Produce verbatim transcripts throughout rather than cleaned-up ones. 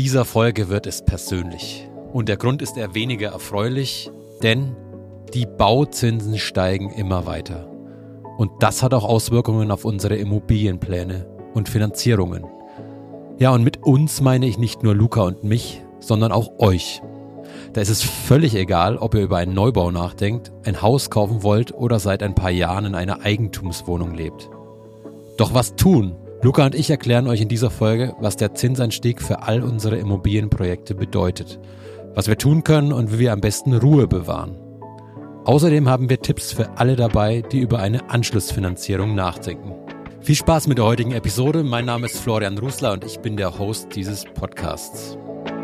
dieser Folge wird es persönlich. Und der Grund ist eher weniger erfreulich, denn die Bauzinsen steigen immer weiter. Und das hat auch Auswirkungen auf unsere Immobilienpläne und Finanzierungen. Ja, und mit uns meine ich nicht nur Luca und mich, sondern auch euch. Da ist es völlig egal, ob ihr über einen Neubau nachdenkt, ein Haus kaufen wollt oder seit ein paar Jahren in einer Eigentumswohnung lebt. Doch was tun? Luca und ich erklären euch in dieser Folge, was der Zinsanstieg für all unsere Immobilienprojekte bedeutet, was wir tun können und wie wir am besten Ruhe bewahren. Außerdem haben wir Tipps für alle dabei, die über eine Anschlussfinanzierung nachdenken. Viel Spaß mit der heutigen Episode. Mein Name ist Florian Rusler und ich bin der Host dieses Podcasts.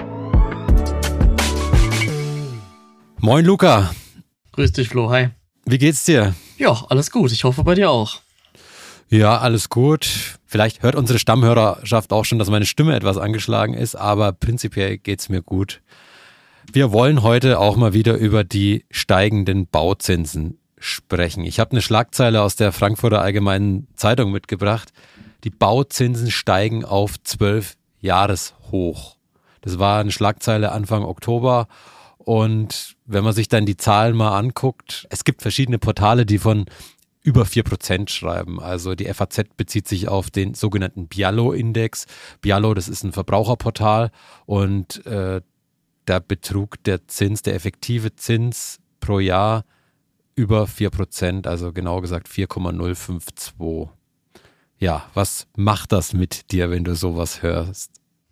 Moin Luca. Grüß dich Flo, hi. Wie geht's dir? Ja, alles gut. Ich hoffe bei dir auch. Ja, alles gut. Vielleicht hört unsere Stammhörerschaft auch schon, dass meine Stimme etwas angeschlagen ist, aber prinzipiell geht's mir gut. Wir wollen heute auch mal wieder über die steigenden Bauzinsen sprechen. Ich habe eine Schlagzeile aus der Frankfurter Allgemeinen Zeitung mitgebracht. Die Bauzinsen steigen auf zwölf Jahreshoch. Das war eine Schlagzeile Anfang Oktober. Und wenn man sich dann die Zahlen mal anguckt, es gibt verschiedene Portale, die von über vier Prozent schreiben. Also die F A Z bezieht sich auf den sogenannten Bialo-Index. Bialo, das ist ein Verbraucherportal und äh, da betrug der Zins, der effektive Zins pro Jahr über vier Prozent, also genau gesagt vier Komma null fünf zwei. Ja, was macht das mit dir, wenn du sowas hörst?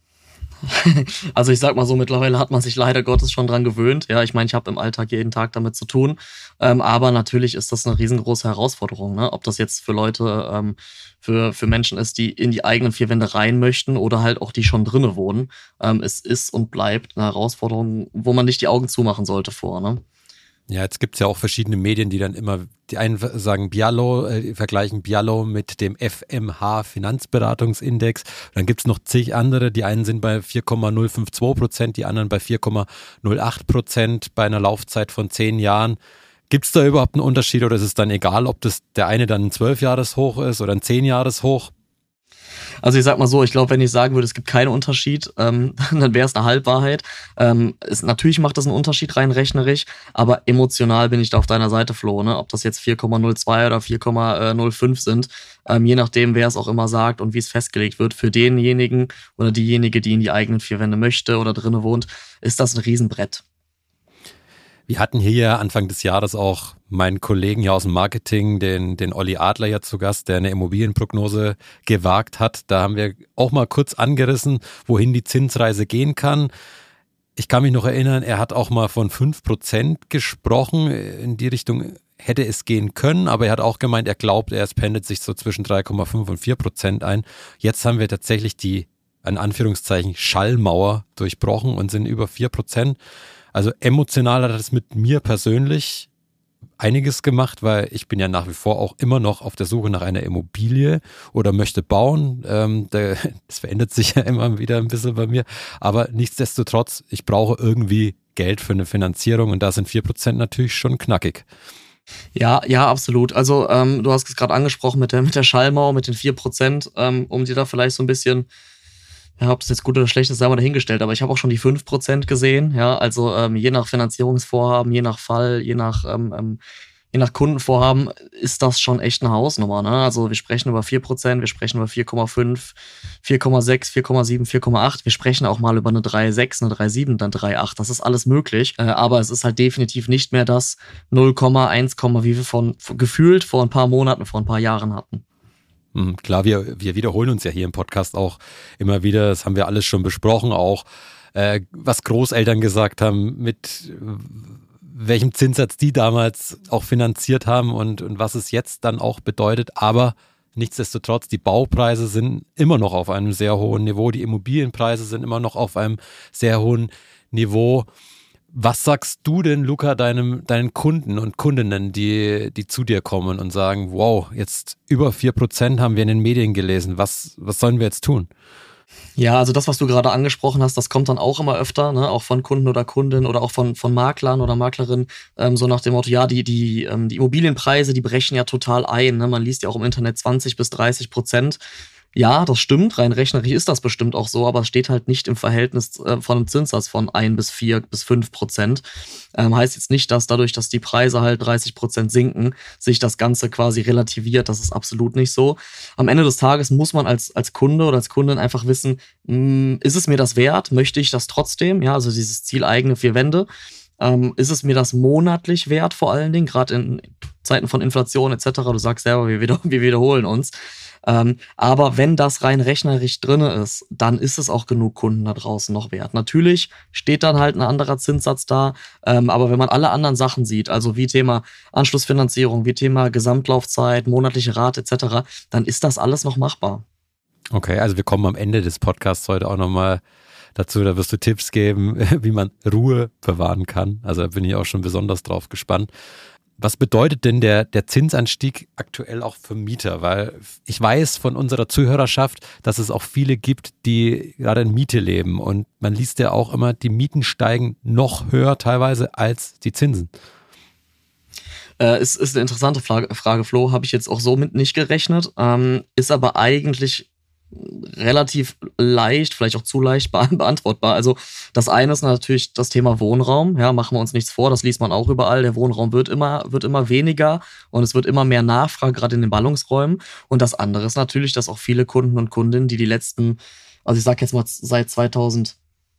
Also ich sag mal so, mittlerweile hat man sich leider Gottes schon dran gewöhnt. Ja, ich meine, ich habe im Alltag jeden Tag damit zu tun. Ähm, aber natürlich ist das eine riesengroße Herausforderung, ne? Ob das jetzt für Leute, ähm, für, für Menschen ist, die in die eigenen vier Wände rein möchten oder halt auch die schon drinnen wohnen. Ähm, es ist und bleibt eine Herausforderung, wo man nicht die Augen zumachen sollte vor, ne? Ja, jetzt gibt's ja auch verschiedene Medien, die dann immer, die einen sagen Bialo, äh, vergleichen Bialo mit dem F M H Finanzberatungsindex. Dann gibt's noch zig andere, die einen sind bei vier Komma null fünf zwei Prozent, die anderen bei vier Komma null acht Prozent bei einer Laufzeit von zehn Jahren. Gibt's da überhaupt einen Unterschied oder ist es dann egal, ob das der eine dann ein zwölf-Jahres-Hoch ist oder ein zehn-Jahres-Hoch? Also ich sag mal so, ich glaube, wenn ich sagen würde, es gibt keinen Unterschied, ähm, dann wäre es eine Halbwahrheit. Ähm, es, natürlich macht das einen Unterschied rein rechnerisch, aber emotional bin ich da auf deiner Seite, Flo, ne? Ob das jetzt vier Komma null zwei oder vier Komma null fünf sind, ähm, je nachdem, wer es auch immer sagt und wie es festgelegt wird, für denjenigen oder diejenige, die in die eigenen vier Wände möchte oder drinnen wohnt, ist das ein Riesenbrett. Wir hatten hier ja Anfang des Jahres auch meinen Kollegen hier aus dem Marketing, den, den Olli Adler ja zu Gast, der eine Immobilienprognose gewagt hat. Da haben wir auch mal kurz angerissen, wohin die Zinsreise gehen kann. Ich kann mich noch erinnern, er hat auch mal von fünf Prozent gesprochen. In die Richtung hätte es gehen können, aber er hat auch gemeint, er glaubt, er pendelt sich so zwischen drei Komma fünf und vier Prozent ein. Jetzt haben wir tatsächlich die, in Anführungszeichen, Schallmauer durchbrochen und sind über vier Prozent. Also emotional hat das mit mir persönlich einiges gemacht, weil ich bin ja nach wie vor auch immer noch auf der Suche nach einer Immobilie oder möchte bauen. Ähm, das verändert sich ja immer wieder ein bisschen bei mir. Aber nichtsdestotrotz, ich brauche irgendwie Geld für eine Finanzierung und da sind vier Prozent natürlich schon knackig. Ja, ja, absolut. Also ähm, du hast es gerade angesprochen mit der, mit der Schallmauer, mit den vier Prozent, ähm, um dir da vielleicht so ein bisschen... Ja, ob das jetzt gut oder schlecht ist, sei mal dahingestellt, aber ich habe auch schon die fünf Prozent gesehen, ja, also ähm, je nach Finanzierungsvorhaben, je nach Fall, je nach, ähm, je nach Kundenvorhaben ist das schon echt eine Hausnummer, ne? Also wir sprechen über vier Prozent, wir sprechen über vier Komma fünf, vier Komma sechs, vier Komma sieben, vier Komma acht, wir sprechen auch mal über eine drei Komma sechs, eine drei Komma sieben, dann drei Komma acht, das ist alles möglich, äh, aber es ist halt definitiv nicht mehr das null Komma eins, wie wir von, von gefühlt vor ein paar Monaten, vor ein paar Jahren hatten. Klar, wir, wir wiederholen uns ja hier im Podcast auch immer wieder, das haben wir alles schon besprochen, auch äh, was Großeltern gesagt haben, mit welchem Zinssatz die damals auch finanziert haben und, und was es jetzt dann auch bedeutet, aber nichtsdestotrotz, die Baupreise sind immer noch auf einem sehr hohen Niveau, die Immobilienpreise sind immer noch auf einem sehr hohen Niveau. Was sagst du denn, Luca, deinem, deinen Kunden und Kundinnen, die, die zu dir kommen und sagen, wow, jetzt über vier Prozent haben wir in den Medien gelesen, was, was sollen wir jetzt tun? Ja, also das, was du gerade angesprochen hast, das kommt dann auch immer öfter, ne? Auch von Kunden oder Kundinnen oder auch von, von Maklern oder Maklerinnen, ähm, so nach dem Motto, ja, die, die, ähm, die Immobilienpreise, die brechen ja total ein, ne? Man liest ja auch im Internet zwanzig bis dreißig Prozent. Ja, das stimmt. Rein rechnerisch ist das bestimmt auch so, aber es steht halt nicht im Verhältnis äh, von einem Zinssatz von ein bis vier bis fünf Prozent. Ähm, heißt jetzt nicht, dass dadurch, dass die Preise halt dreißig Prozent sinken, sich das Ganze quasi relativiert. Das ist absolut nicht so. Am Ende des Tages muss man als, als Kunde oder als Kundin einfach wissen, mh, ist es mir das wert? Möchte ich das trotzdem? Ja, also dieses Ziel eigene vier Wände. Ähm, ist es mir das monatlich wert, vor allen Dingen, gerade in Zeiten von Inflation et cetera. Du sagst selber, wir, wieder, wir wiederholen uns. Ähm, aber wenn das rein rechnerisch drinne ist, dann ist es auch genug Kunden da draußen noch wert. Natürlich steht dann halt ein anderer Zinssatz da, ähm, aber wenn man alle anderen Sachen sieht, also wie Thema Anschlussfinanzierung, wie Thema Gesamtlaufzeit, monatliche Rate et cetera, dann ist das alles noch machbar. Okay, also wir kommen am Ende des Podcasts heute auch nochmal dazu, da wirst du Tipps geben, wie man Ruhe bewahren kann. Also da bin ich auch schon besonders drauf gespannt. Was bedeutet denn der, der Zinsanstieg aktuell auch für Mieter? Weil ich weiß von unserer Zuhörerschaft, dass es auch viele gibt, die gerade in Miete leben. Und man liest ja auch immer, die Mieten steigen noch höher teilweise als die Zinsen. Äh, ist, ist eine interessante Frage, Frage Flo. Habe ich jetzt auch so mit nicht gerechnet. Ähm, ist aber eigentlich relativ leicht, vielleicht auch zu leicht be- beantwortbar. Also das eine ist natürlich das Thema Wohnraum. Ja, machen wir uns nichts vor, das liest man auch überall. Der Wohnraum wird immer, wird immer weniger und es wird immer mehr Nachfrage, gerade in den Ballungsräumen. Und das andere ist natürlich, dass auch viele Kunden und Kundinnen, die die letzten, also ich sag jetzt mal seit zweitausendeinundzwanzig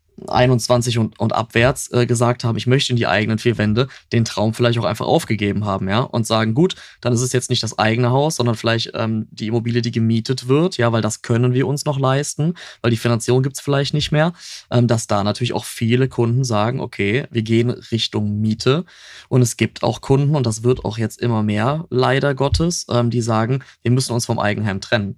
und, und abwärts äh, gesagt haben, ich möchte in die eigenen vier Wände, den Traum vielleicht auch einfach aufgegeben haben, ja, und sagen, gut, dann ist es jetzt nicht das eigene Haus, sondern vielleicht ähm, die Immobilie, die gemietet wird, ja, weil das können wir uns noch leisten, weil die Finanzierung gibt's vielleicht nicht mehr, ähm, dass da natürlich auch viele Kunden sagen, okay, wir gehen Richtung Miete und es gibt auch Kunden, und das wird auch jetzt immer mehr, leider Gottes, ähm, die sagen, wir müssen uns vom Eigenheim trennen.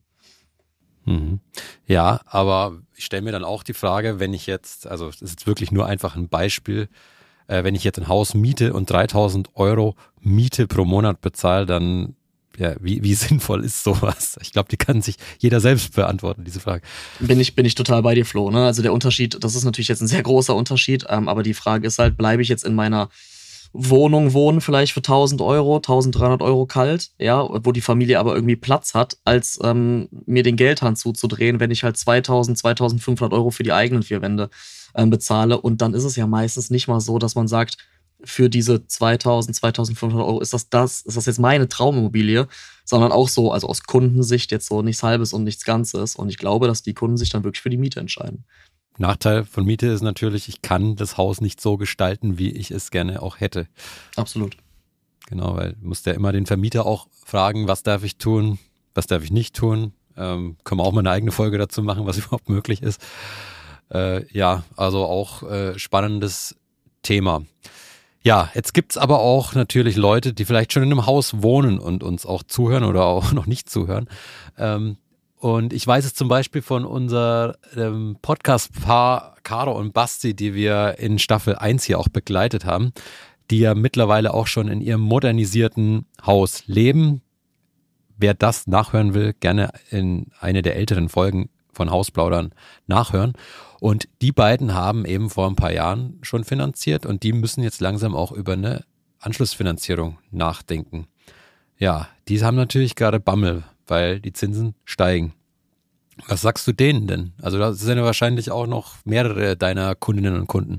Mhm. Ja, aber ich stelle mir dann auch die Frage, wenn ich jetzt, also das ist jetzt wirklich nur einfach ein Beispiel, äh, wenn ich jetzt ein Haus miete und dreitausend Euro Miete pro Monat bezahle, dann, ja, wie, wie sinnvoll ist sowas? Ich glaube, die kann sich jeder selbst beantworten, diese Frage. Bin ich, bin ich total bei dir, Flo, ne? Also der Unterschied, das ist natürlich jetzt ein sehr großer Unterschied, ähm, aber die Frage ist halt, bleibe ich jetzt in meiner Wohnung wohnen, vielleicht für tausend Euro, tausenddreihundert Euro kalt, ja, wo die Familie aber irgendwie Platz hat, als ähm, mir den Geldhahn zuzudrehen, wenn ich halt zweitausend, zweitausendfünfhundert Euro für die eigenen vier Wände ähm, bezahle. Und dann ist es ja meistens nicht mal so, dass man sagt, für diese zweitausend, zweitausendfünfhundert Euro ist das das, ist das jetzt meine Traumimmobilie, sondern auch so, also aus Kundensicht jetzt so nichts Halbes und nichts Ganzes. Und ich glaube, dass die Kunden sich dann wirklich für die Miete entscheiden. Nachteil von Miete ist natürlich, ich kann das Haus nicht so gestalten, wie ich es gerne auch hätte. Absolut. Genau, weil du musst ja immer den Vermieter auch fragen, was darf ich tun, was darf ich nicht tun. Ähm, können wir auch mal eine eigene Folge dazu machen, was überhaupt möglich ist. Äh, ja, also auch äh, spannendes Thema. Ja, jetzt gibt's aber auch natürlich Leute, die vielleicht schon in einem Haus wohnen und uns auch zuhören oder auch noch nicht zuhören. Ähm, Und ich weiß es zum Beispiel von unserem Podcast-Paar Caro und Basti, die wir in Staffel eins hier auch begleitet haben, die ja mittlerweile auch schon in ihrem modernisierten Haus leben. Wer das nachhören will, gerne in eine der älteren Folgen von Hausplaudern nachhören. Und die beiden haben eben vor ein paar Jahren schon finanziert und die müssen jetzt langsam auch über eine Anschlussfinanzierung nachdenken. Ja, die haben natürlich gerade Bammel, weil die Zinsen steigen. Was sagst du denen denn? Also da sind ja wahrscheinlich auch noch mehrere deiner Kundinnen und Kunden.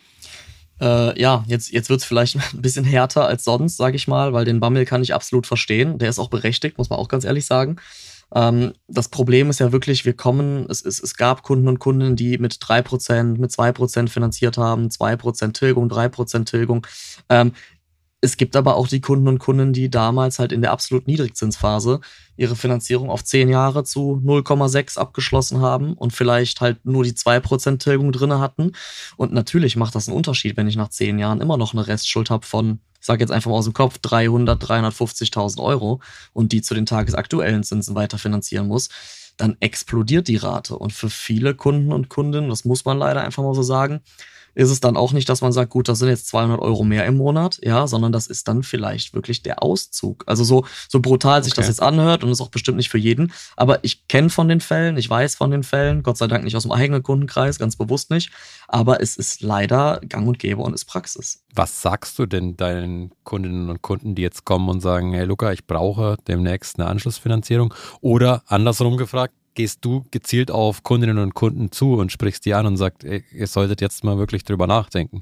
Äh, ja, jetzt, jetzt wird's vielleicht ein bisschen härter als sonst, sage ich mal, weil den Bammel kann ich absolut verstehen. Der ist auch berechtigt, muss man auch ganz ehrlich sagen. Ähm, das Problem ist ja wirklich, wir kommen, es, es, es gab Kunden und Kundinnen, die mit drei Prozent, mit zwei Prozent finanziert haben, zwei Prozent Tilgung, drei Prozent Tilgung. Ähm, Es gibt aber auch die Kunden und Kunden, die damals halt in der absolut Niedrigzinsphase ihre Finanzierung auf zehn Jahre zu null Komma sechs abgeschlossen haben und vielleicht halt nur die zwei Prozent Tilgung drin hatten. Und natürlich macht das einen Unterschied, wenn ich nach zehn Jahren immer noch eine Restschuld habe von, ich sage jetzt einfach mal aus dem Kopf, dreihundert, dreihundertfünfzigtausend Euro und die zu den tagesaktuellen Zinsen weiterfinanzieren muss. Dann explodiert die Rate. Und für viele Kunden und Kundinnen, das muss man leider einfach mal so sagen, ist es dann auch nicht, dass man sagt, gut, das sind jetzt zweihundert Euro mehr im Monat, ja, sondern das ist dann vielleicht wirklich der Auszug. Also so, so brutal sich Okay. das jetzt anhört und ist auch bestimmt nicht für jeden. Aber ich kenne von den Fällen, ich weiß von den Fällen, Gott sei Dank nicht aus dem eigenen Kundenkreis, ganz bewusst nicht. Aber es ist leider gang und gäbe und ist Praxis. Was sagst du denn deinen Kundinnen und Kunden, die jetzt kommen und sagen, hey Luca, ich brauche demnächst eine Anschlussfinanzierung? Oder andersrum gefragt, gehst du gezielt auf Kundinnen und Kunden zu und sprichst die an und sagst, ey, ihr solltet jetzt mal wirklich drüber nachdenken?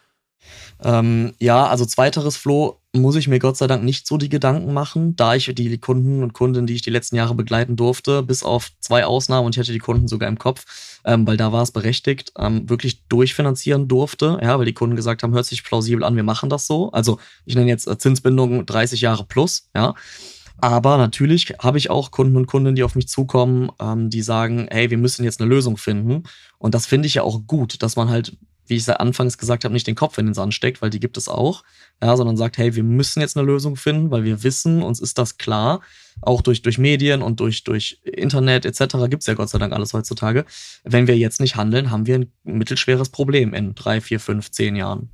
Ähm, ja, also zweiteres, Flo, muss ich mir Gott sei Dank nicht so die Gedanken machen, da ich die Kunden und Kundinnen, die ich die letzten Jahre begleiten durfte, bis auf zwei Ausnahmen, und ich hätte die Kunden sogar im Kopf, ähm, weil da war es berechtigt, ähm, wirklich durchfinanzieren durfte, ja, weil die Kunden gesagt haben, hört sich plausibel an, wir machen das so. Also ich nenne jetzt äh, Zinsbindung dreißig Jahre plus, ja. Aber natürlich habe ich auch Kunden und Kundinnen, die auf mich zukommen, ähm, die sagen, hey, wir müssen jetzt eine Lösung finden. Und das finde ich ja auch gut, dass man halt, wie ich es anfangs gesagt habe, nicht den Kopf in den Sand steckt, weil die gibt es auch, ja, sondern sagt, hey, wir müssen jetzt eine Lösung finden, weil wir wissen, uns ist das klar, auch durch, durch Medien und durch, durch Internet et cetera gibt es ja Gott sei Dank alles heutzutage. Wenn wir jetzt nicht handeln, haben wir ein mittelschweres Problem in drei, vier, fünf, zehn Jahren.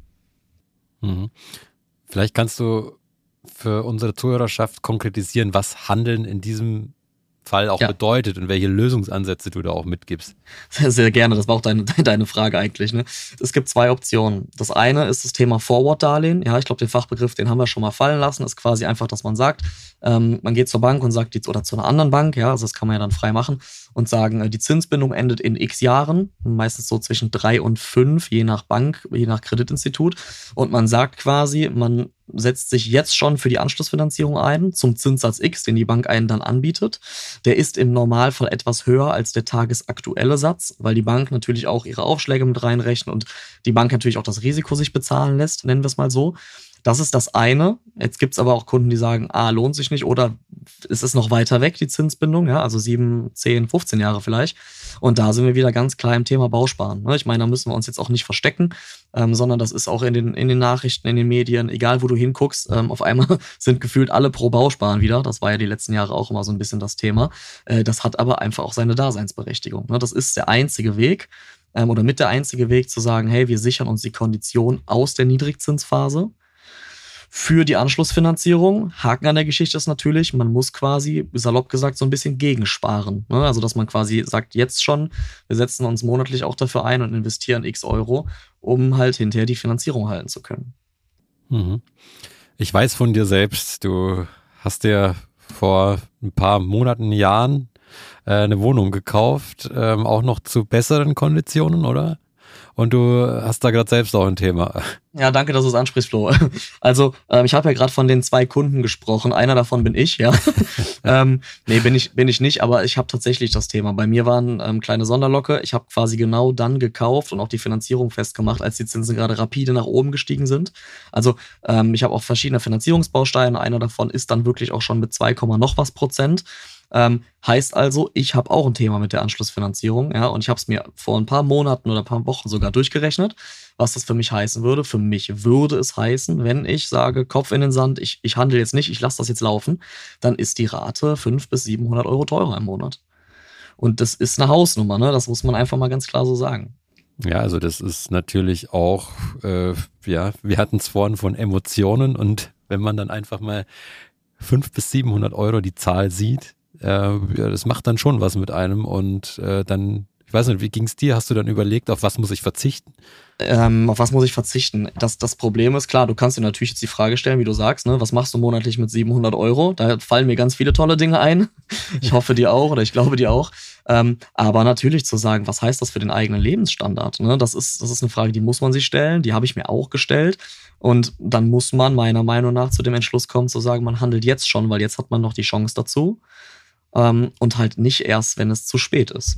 Mhm. Vielleicht kannst du für unsere Zuhörerschaft konkretisieren, was Handeln in diesem Fall auch ja. bedeutet und welche Lösungsansätze du da auch mitgibst. Sehr, sehr gerne, das war auch deine, deine Frage eigentlich. Ne? Es gibt zwei Optionen. Das eine ist das Thema Forward-Darlehen. Ja, ich glaube, den Fachbegriff, den haben wir schon mal fallen lassen. Ist quasi einfach, dass man sagt, ähm, man geht zur Bank und sagt, die, oder zu einer anderen Bank, ja, also das kann man ja dann frei machen, und sagen, äh, die Zinsbindung endet in x Jahren, meistens so zwischen drei und fünf, je nach Bank, je nach Kreditinstitut. Und man sagt quasi, man setzt sich jetzt schon für die Anschlussfinanzierung ein, zum Zinssatz X, den die Bank einen dann anbietet. Der ist im Normalfall etwas höher als der tagesaktuelle Satz, weil die Bank natürlich auch ihre Aufschläge mit reinrechnet und die Bank natürlich auch das Risiko sich bezahlen lässt, nennen wir es mal so. Das ist das eine. Jetzt gibt es aber auch Kunden, die sagen, ah, lohnt sich nicht oder es ist noch weiter weg, die Zinsbindung, ja, also sieben, zehn, fünfzehn Jahre vielleicht. Und da sind wir wieder ganz klar im Thema Bausparen. Ne? Ich meine, da müssen wir uns jetzt auch nicht verstecken, ähm, sondern das ist auch in den, in den Nachrichten, in den Medien, egal wo du hinguckst, ähm, auf einmal sind gefühlt alle pro Bausparen wieder. Das war ja die letzten Jahre auch immer so ein bisschen das Thema. Äh, das hat aber einfach auch seine Daseinsberechtigung. Ne? Das ist der einzige Weg, ähm, oder mit der einzige Weg zu sagen, hey, wir sichern uns die Kondition aus der Niedrigzinsphase für die Anschlussfinanzierung. Haken an der Geschichte ist natürlich, man muss quasi, salopp gesagt, so ein bisschen gegensparen. Ne? Also, dass man quasi sagt, jetzt schon, wir setzen uns monatlich auch dafür ein und investieren x Euro, um halt hinterher die Finanzierung halten zu können. Mhm. Ich weiß von dir selbst, du hast dir vor ein paar Monaten, Jahren äh, eine Wohnung gekauft, ähm, auch noch zu besseren Konditionen, oder? Und du hast da gerade selbst auch ein Thema. Ja, danke, dass du es ansprichst, Flo. Also, ähm, ich habe ja gerade von den zwei Kunden gesprochen. Einer davon bin ich, ja. ähm, nee, bin ich, bin ich nicht, aber ich habe tatsächlich das Thema. Bei mir war eine ähm, kleine Sonderlocke. Ich habe quasi genau dann gekauft und auch die Finanzierung festgemacht, als die Zinsen gerade rapide nach oben gestiegen sind. Also, ähm, ich habe auch verschiedene Finanzierungsbausteine. Einer davon ist dann wirklich auch schon mit zwei, noch was Prozent. Ähm, heißt also, ich habe auch ein Thema mit der Anschlussfinanzierung, ja, und ich habe es mir vor ein paar Monaten oder ein paar Wochen sogar durchgerechnet, was das für mich heißen würde. Für mich würde es heißen, wenn ich sage, Kopf in den Sand, ich, ich handle jetzt nicht, ich lasse das jetzt laufen, dann ist die Rate fünfhundert bis siebenhundert Euro teurer im Monat. Und das ist eine Hausnummer, ne? Das muss man einfach mal ganz klar so sagen. Ja, also das ist natürlich auch, äh, ja, wir hatten es vorhin von Emotionen, und wenn man dann einfach mal fünfhundert bis siebenhundert Euro die Zahl sieht, Äh, ja, das macht dann schon was mit einem, und äh, dann, ich weiß nicht, wie ging es dir? Hast du dann überlegt, auf was muss ich verzichten? Ähm, auf was muss ich verzichten? Das, das Problem ist, klar, du kannst dir natürlich jetzt die Frage stellen, wie du sagst, ne, was machst du monatlich mit siebenhundert Euro? Da fallen mir ganz viele tolle Dinge ein. Ich hoffe dir auch, oder ich glaube dir auch. Ähm, aber natürlich zu sagen, was heißt das für den eigenen Lebensstandard? Ne? Das ist, das ist eine Frage, die muss man sich stellen, die habe ich mir auch gestellt. Und dann muss man meiner Meinung nach zu dem Entschluss kommen, zu sagen, man handelt jetzt schon, weil jetzt hat man noch die Chance dazu. Um, und halt nicht erst, wenn es zu spät ist.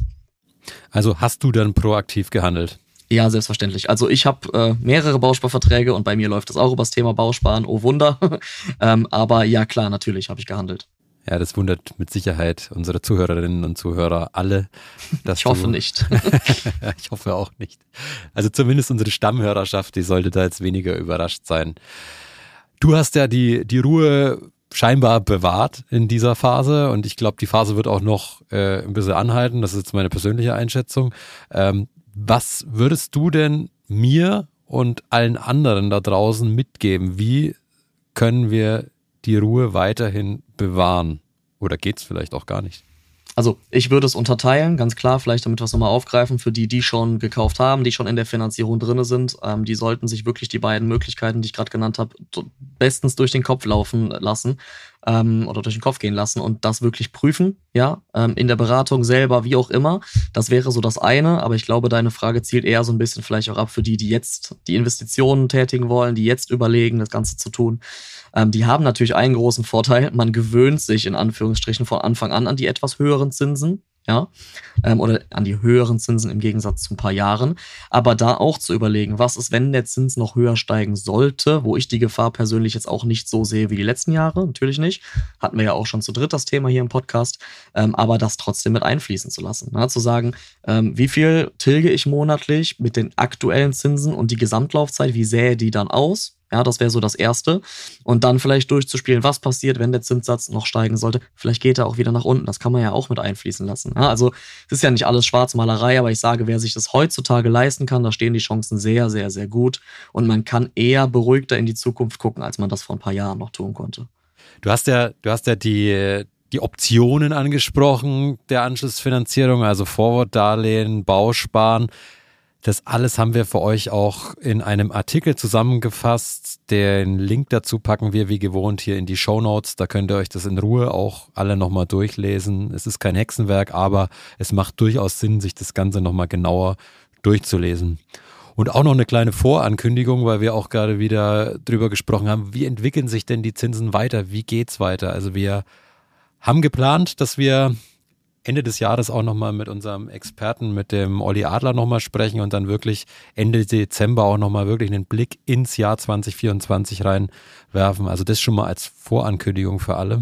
Also hast du dann proaktiv gehandelt? Ja, selbstverständlich. Also ich habe äh, mehrere Bausparverträge und bei mir läuft es auch über das Thema Bausparen, oh Wunder. ähm, aber ja, klar, natürlich habe ich gehandelt. Ja, das wundert mit Sicherheit unsere Zuhörerinnen und Zuhörer alle. Dass ich hoffe du, nicht. Ich hoffe auch nicht. Also zumindest unsere Stammhörerschaft, die sollte da jetzt weniger überrascht sein. Du hast ja die, die Ruhe scheinbar bewahrt in dieser Phase, und ich glaube, die Phase wird auch noch äh, ein bisschen anhalten. Das ist jetzt meine persönliche Einschätzung. Ähm, was würdest du denn mir und allen anderen da draußen mitgeben? Wie können wir die Ruhe weiterhin bewahren? Oder geht's vielleicht auch gar nicht? Also ich würde es unterteilen, ganz klar, vielleicht damit wir es nochmal aufgreifen, für die, die schon gekauft haben, die schon in der Finanzierung drin sind, ähm, die sollten sich wirklich die beiden Möglichkeiten, die ich gerade genannt habe, bestens durch den Kopf laufen lassen. ähm, oder durch den Kopf gehen lassen und das wirklich prüfen, ja, ähm, in der Beratung selber, wie auch immer. Das wäre so das eine, aber ich glaube, deine Frage zielt eher so ein bisschen vielleicht auch ab für die, die jetzt die Investitionen tätigen wollen, die jetzt überlegen, das Ganze zu tun. Ähm, die haben natürlich einen großen Vorteil, man gewöhnt sich in Anführungsstrichen von Anfang an an die etwas höheren Zinsen, ja, ähm, oder an die höheren Zinsen im Gegensatz zu ein paar Jahren. Aber da auch zu überlegen, was ist, wenn der Zins noch höher steigen sollte, wo ich die Gefahr persönlich jetzt auch nicht so sehe wie die letzten Jahre, natürlich nicht. Hatten wir ja auch schon zu dritt das Thema hier im Podcast, ähm, aber das trotzdem mit einfließen zu lassen. Na, zu sagen, ähm, wie viel tilge ich monatlich mit den aktuellen Zinsen und die Gesamtlaufzeit, wie sähe die dann aus? Ja, das wäre so das Erste. Und dann vielleicht durchzuspielen, was passiert, wenn der Zinssatz noch steigen sollte. Vielleicht geht er auch wieder nach unten. Das kann man ja auch mit einfließen lassen. Ja, also es ist ja nicht alles Schwarzmalerei, aber ich sage, wer sich das heutzutage leisten kann, da stehen die Chancen sehr, sehr, sehr gut. Und man kann eher beruhigter in die Zukunft gucken, als man das vor ein paar Jahren noch tun konnte. Du hast ja, du hast ja die, die Optionen angesprochen der Anschlussfinanzierung, also Forward-Darlehen, Bausparen. Das alles haben wir für euch auch in einem Artikel zusammengefasst. Den Link dazu packen wir wie gewohnt hier in die Shownotes. Da könnt ihr euch das in Ruhe auch alle nochmal durchlesen. Es ist kein Hexenwerk, aber es macht durchaus Sinn, sich das Ganze nochmal genauer durchzulesen. Und auch noch eine kleine Vorankündigung, weil wir auch gerade wieder drüber gesprochen haben, wie entwickeln sich denn die Zinsen weiter? Wie geht's weiter? Also wir haben geplant, dass wir Ende des Jahres auch nochmal mit unserem Experten, mit dem Olli Adler nochmal sprechen und dann wirklich Ende Dezember auch nochmal wirklich einen Blick ins Jahr zwanzig vierundzwanzig reinwerfen. Also das schon mal als Vorankündigung für alle.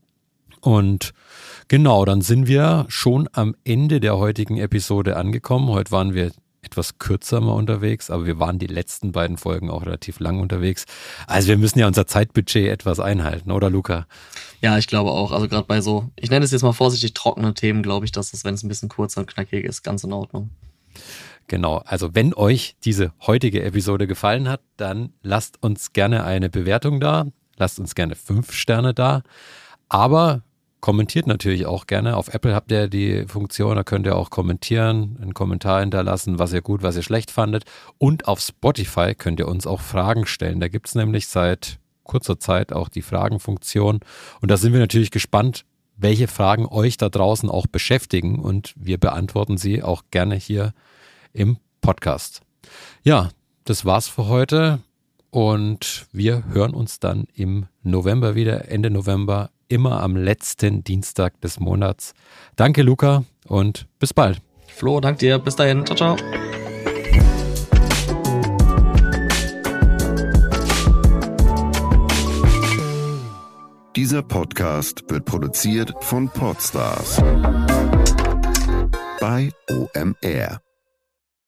Und genau, dann sind wir schon am Ende der heutigen Episode angekommen. Heute waren wir etwas kürzer mal unterwegs, aber wir waren die letzten beiden Folgen auch relativ lang unterwegs. Also wir müssen ja unser Zeitbudget etwas einhalten, oder Luca? Ja, ich glaube auch. Also gerade bei so, ich nenne es jetzt mal vorsichtig, trockenen Themen, glaube ich, dass es, wenn es ein bisschen kurzer und knackig ist, ganz in Ordnung. Genau, also wenn euch diese heutige Episode gefallen hat, dann lasst uns gerne eine Bewertung da, lasst uns gerne fünf Sterne da, aber kommentiert natürlich auch gerne. Auf Apple habt ihr die Funktion, da könnt ihr auch kommentieren, einen Kommentar hinterlassen, was ihr gut, was ihr schlecht fandet. Und auf Spotify könnt ihr uns auch Fragen stellen. Da gibt es nämlich seit kurzer Zeit auch die Fragenfunktion. Und da sind wir natürlich gespannt, welche Fragen euch da draußen auch beschäftigen. Und wir beantworten sie auch gerne hier im Podcast. Ja, das war's für heute. Und wir hören uns dann im November wieder, Ende November, immer am letzten Dienstag des Monats. Danke, Luca, und bis bald. Flo, danke dir. Bis dahin. Ciao, ciao. Dieser Podcast wird produziert von Podstars bei O M R.